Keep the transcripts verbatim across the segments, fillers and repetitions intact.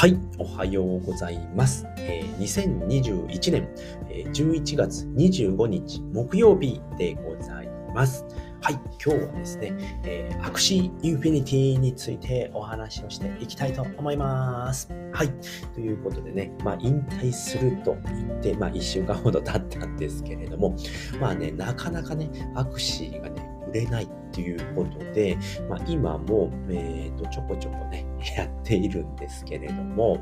はい、おはようございます。えー、にせんにじゅういちねん、えーじゅういちがつにじゅうごにち木曜日でございます。はい、今日はですね、えー、アクシーインフィニティについてお話をしていきたいと思います。はい、ということでね、まあ引退すると言って、まあいっしゅうかんほど経ったんですけれども、まあね、なかなかね、アクシーがね、売れないっていうことで、まあ今も、えーと、ちょこちょこね、やっているんですけれども、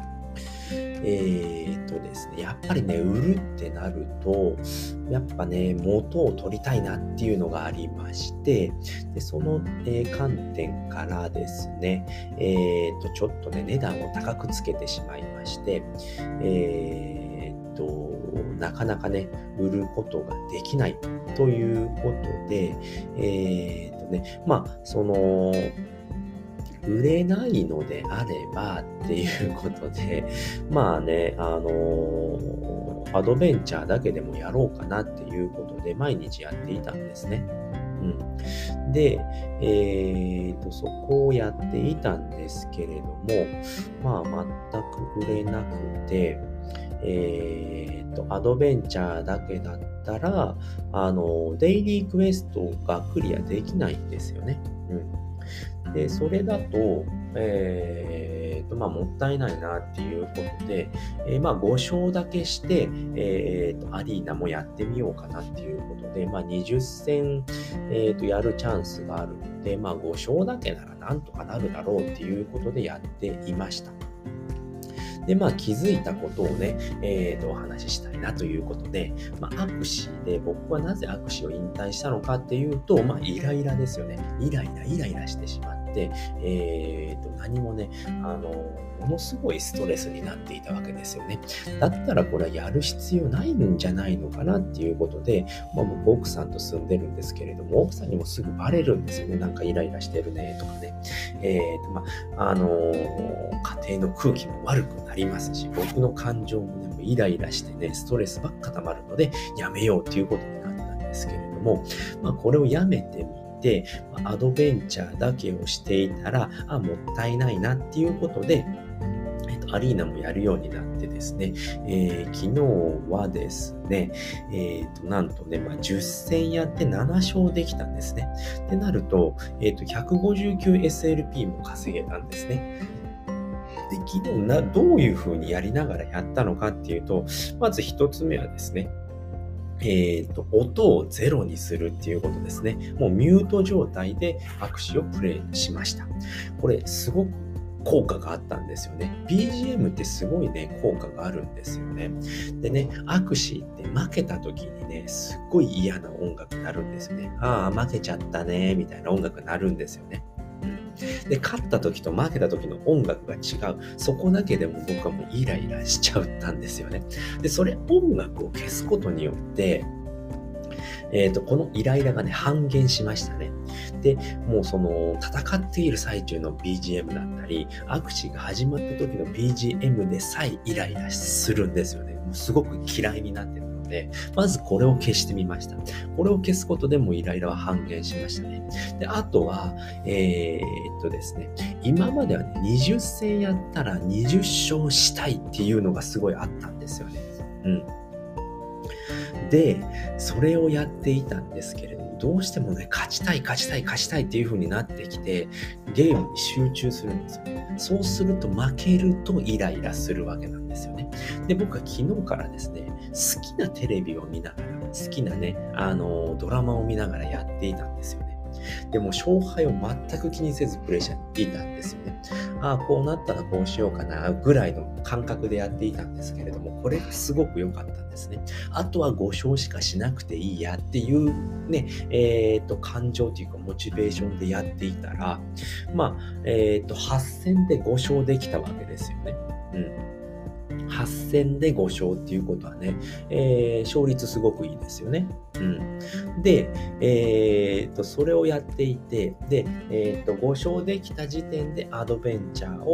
えーとですね、やっぱりね、売るってなると、やっぱね、元を取りたいなっていうのがありまして、で、その、えー観点からですね、えーと、ちょっとね、値段を高くつけてしまいまして、えーと、なかなかね、売ることができないということで、えーとね、まあ、その、売れないのであればっていうことで、まあね、あのーアドベンチャーだけでもやろうかなっていうことで、毎日やっていたんですね。うん。で、えーと、そこをやっていたんですけれども、まあ、全く売れなくて、えーと、アドベンチャーだけだったら、あの、デイリークエストがクリアできないんですよね。うん。で、それだと、えーと、まあ、もったいないなっていうことで、えーまあ、ご勝だけして、えーと、アリーナもやってみようかなっていうことで、まあ、にじゅっせん、えーと、やるチャンスがあるので、まあ、ご勝だけならなんとかなるだろうっていうことでやっていました。で、まあ気づいたことをね、えーと、お話ししたいなということで、まあアクシーで僕はなぜアクシーを引退したのかっていうと、まあイライラですよね。イライライライラしてしまって、えーと、何もね、あの、ものすごいストレスになっていたわけですよね。だったらこれはやる必要ないんじゃないのかなっていうことで、まあ僕奥さんと住んでるんですけれども、奥さんにもすぐバレるんですよね。なんかイライラしてるねとかね。えーと、まあ、あのー家庭の空気も悪くなりますし、僕の感情もね、もうイライラしてね、ストレスばっか溜まるので、やめようっていうことになったんですけれども、まあ、これをやめてみて、まあアドベンチャーだけをしていたら、あ、もったいないなっていうことで、えっと、アリーナもやるようになってですね、えー、昨日はですね、えっと、なんとね、まあ、じゅっせんやってなな勝できたんですね。ってなると、えっと、ひゃくごじゅうきゅうエスエルピー も稼げたんですね。で、昨日な、どういう風にやりながらやったのかっていうと、まず一つ目はですね、えっと、音をゼロにするっていうことですね。もうミュート状態でアクシをプレイしました。これ、すごく効果があったんですよね。ビージーエム ってすごいね、効果があるんですよね。でね、アクシーって負けた時にね、すっごい嫌な音楽になるんですよね。ああ、負けちゃったね、みたいな音楽になるんですよね。で、勝った時と負けた時の音楽が違う。そこだけでも僕はもうイライラしちゃったんですよね。で、それ音楽を消すことによって、えっと、このイライラがね、半減しましたね。で、もうその、戦っている最中の ビージーエム だったり、アクシが始まった時の ビージーエム でさえイライラするんですよね。もうすごく嫌いになってるので、まずこれを消してみました。これを消すことでもイライラは半減しましたね。で、あとは、えー、っとですね、今まではね、にじゅっせんやったらにじゅっ勝したいっていうのがすごいあったんですよね。うん。で、それをやっていたんですけれども、どうしてもね、勝ちたい、勝ちたい、勝ちたいっていう風になってきて、ゲームに集中するんですよ。そうすると負けるとイライラするわけなんですよね。で、僕は昨日からですね、好きなテレビを見ながら、好きなね、あの、ドラマを見ながらやっていたんですよね。でも勝敗を全く気にせずプレイしていたんですよね。ああ、こうなったらこうしようかな、ぐらいの感覚でやっていたんですけれども、これがすごく良かったんですね。あとはご勝しかしなくていいやっていうね、えっと、感情というかモチベーションでやっていたら、まあ、えっと、はっせんでご勝できたわけですよね。うん。はっせんでご勝っていうことはね、えー、勝率すごくいいですよね。うん。で、えー、と、それをやっていて、で、えー、と、ご勝できた時点でアドベンチャーを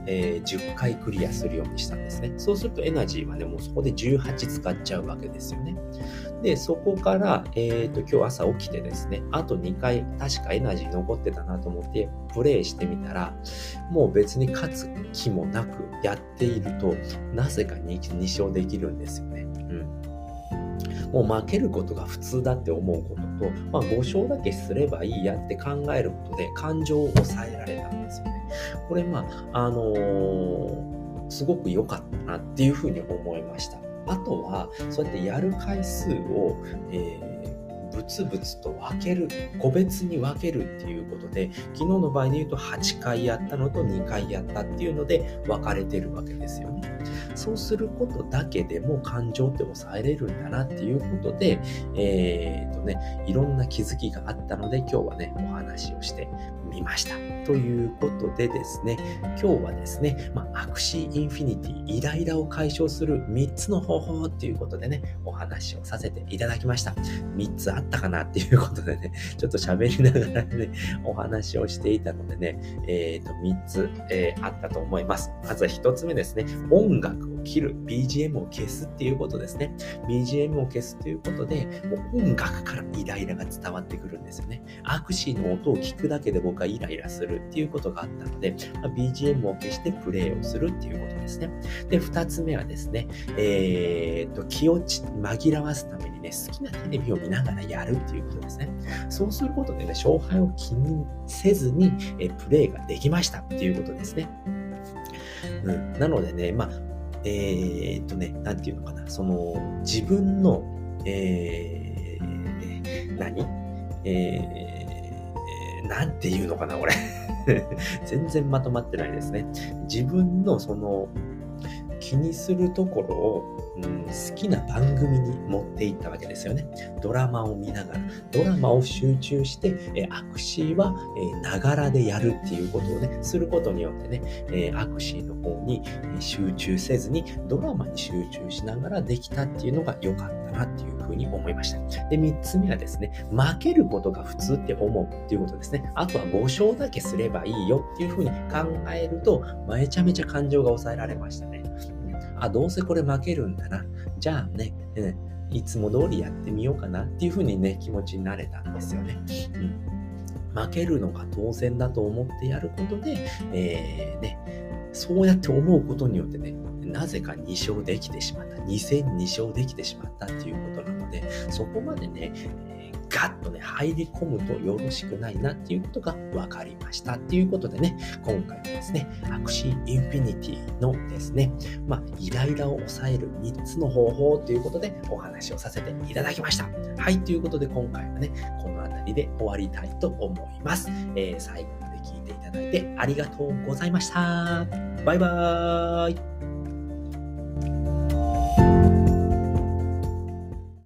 えー、じゅっかいクリアするようにしたんですね。そうするとエナジーはね、もうそこでじゅうはち使っちゃうわけですよね。で、そこから、えっと、今日朝起きてですね、あとにかい確かエナジー残ってたなと思ってプレイしてみたら、もう別に勝つ気もなくやっていると、なぜか 2, に勝できるんですよね。うん。もう負けることが普通だって思うことと、まあ、ご勝だけすればいいやって考えることで感情を抑えられたんですよね。これまあ、あのー、すごく良かったなっていうふうに思いました。あとは、そうやってやる回数を、えー、ブツブツと分ける、個別に分けるっていうことで、昨日の場合で言うとはちかいやったのとにかいやったっていうので分かれてるわけですよね。そうすることだけでも感情って抑えれるんだなっていうことで、えーとね、いろんな気づきがあったので、今日はね、お話をしてみました。ということでですね、今日はですね、まあ、アクシーインフィニティ、イライラを解消するみっつの方法っていうことでね、お話をさせていただきました。みっつあったかなっていうことでね、ちょっと喋りながらね、お話をしていたのでね、えーと、みっつ、えー、あったと思います。まずはひとつめですね、音楽を切る、ビージーエム を消すっていうことですね。ビージーエム を消すということで、もう音楽からイライラが伝わってくるんですよね。アクシーの音を聞くだけで僕はイライラするっていうことがあったので、まあ、ビージーエム を消してプレイをするっていうことですね。で、二つ目はですね、えーと、気をち紛らわすためにね、好きなテレビを見ながらやるっていうことですね。そうすることでね、勝敗を気にせずに、えプレイができましたっていうことですね。うん、なのでね、まあ、えーっとね、なんていうのかな、その、自分の、えー、何えー、なんていうのかな、これ。全然まとまってないですね。自分の、その、気にするところを、うん、好きな番組に持っていったわけですよね。ドラマを見ながら、ドラマを集中して、えアクシーはながらでやるっていうことをね、することによってね、えアクシーの方に集中せずに、ドラマに集中しながらできたっていうのが良かったなっていうふうに思いました。で、三つ目はですね、負けることが普通って思うっていうことですね。あとはご勝だけすればいいよっていうふうに考えると、めちゃめちゃ感情が抑えられましたね。あ、どうせこれ負けるんだな。じゃあね、うん、いつも通りやってみようかなっていう風にね、気持ちになれたんですよね。うん、負けるのが当然だと思ってやることで、えー、ね、そうやって思うことによってね、なぜかに勝できてしまった。に戦に勝できてしまったっていうことなので、そこまでね、えー、ガッとね、入り込むとよろしくないなっていうことが分かりましたっていうことでね、今回はですね、アクシーインフィニティのですね、まあ、イライラを抑えるみっつの方法ということでお話をさせていただきました。はい、ということで今回はね、この辺りで終わりたいと思います。えー、最後まで聞いていただいてありがとうございました。バイバーイ。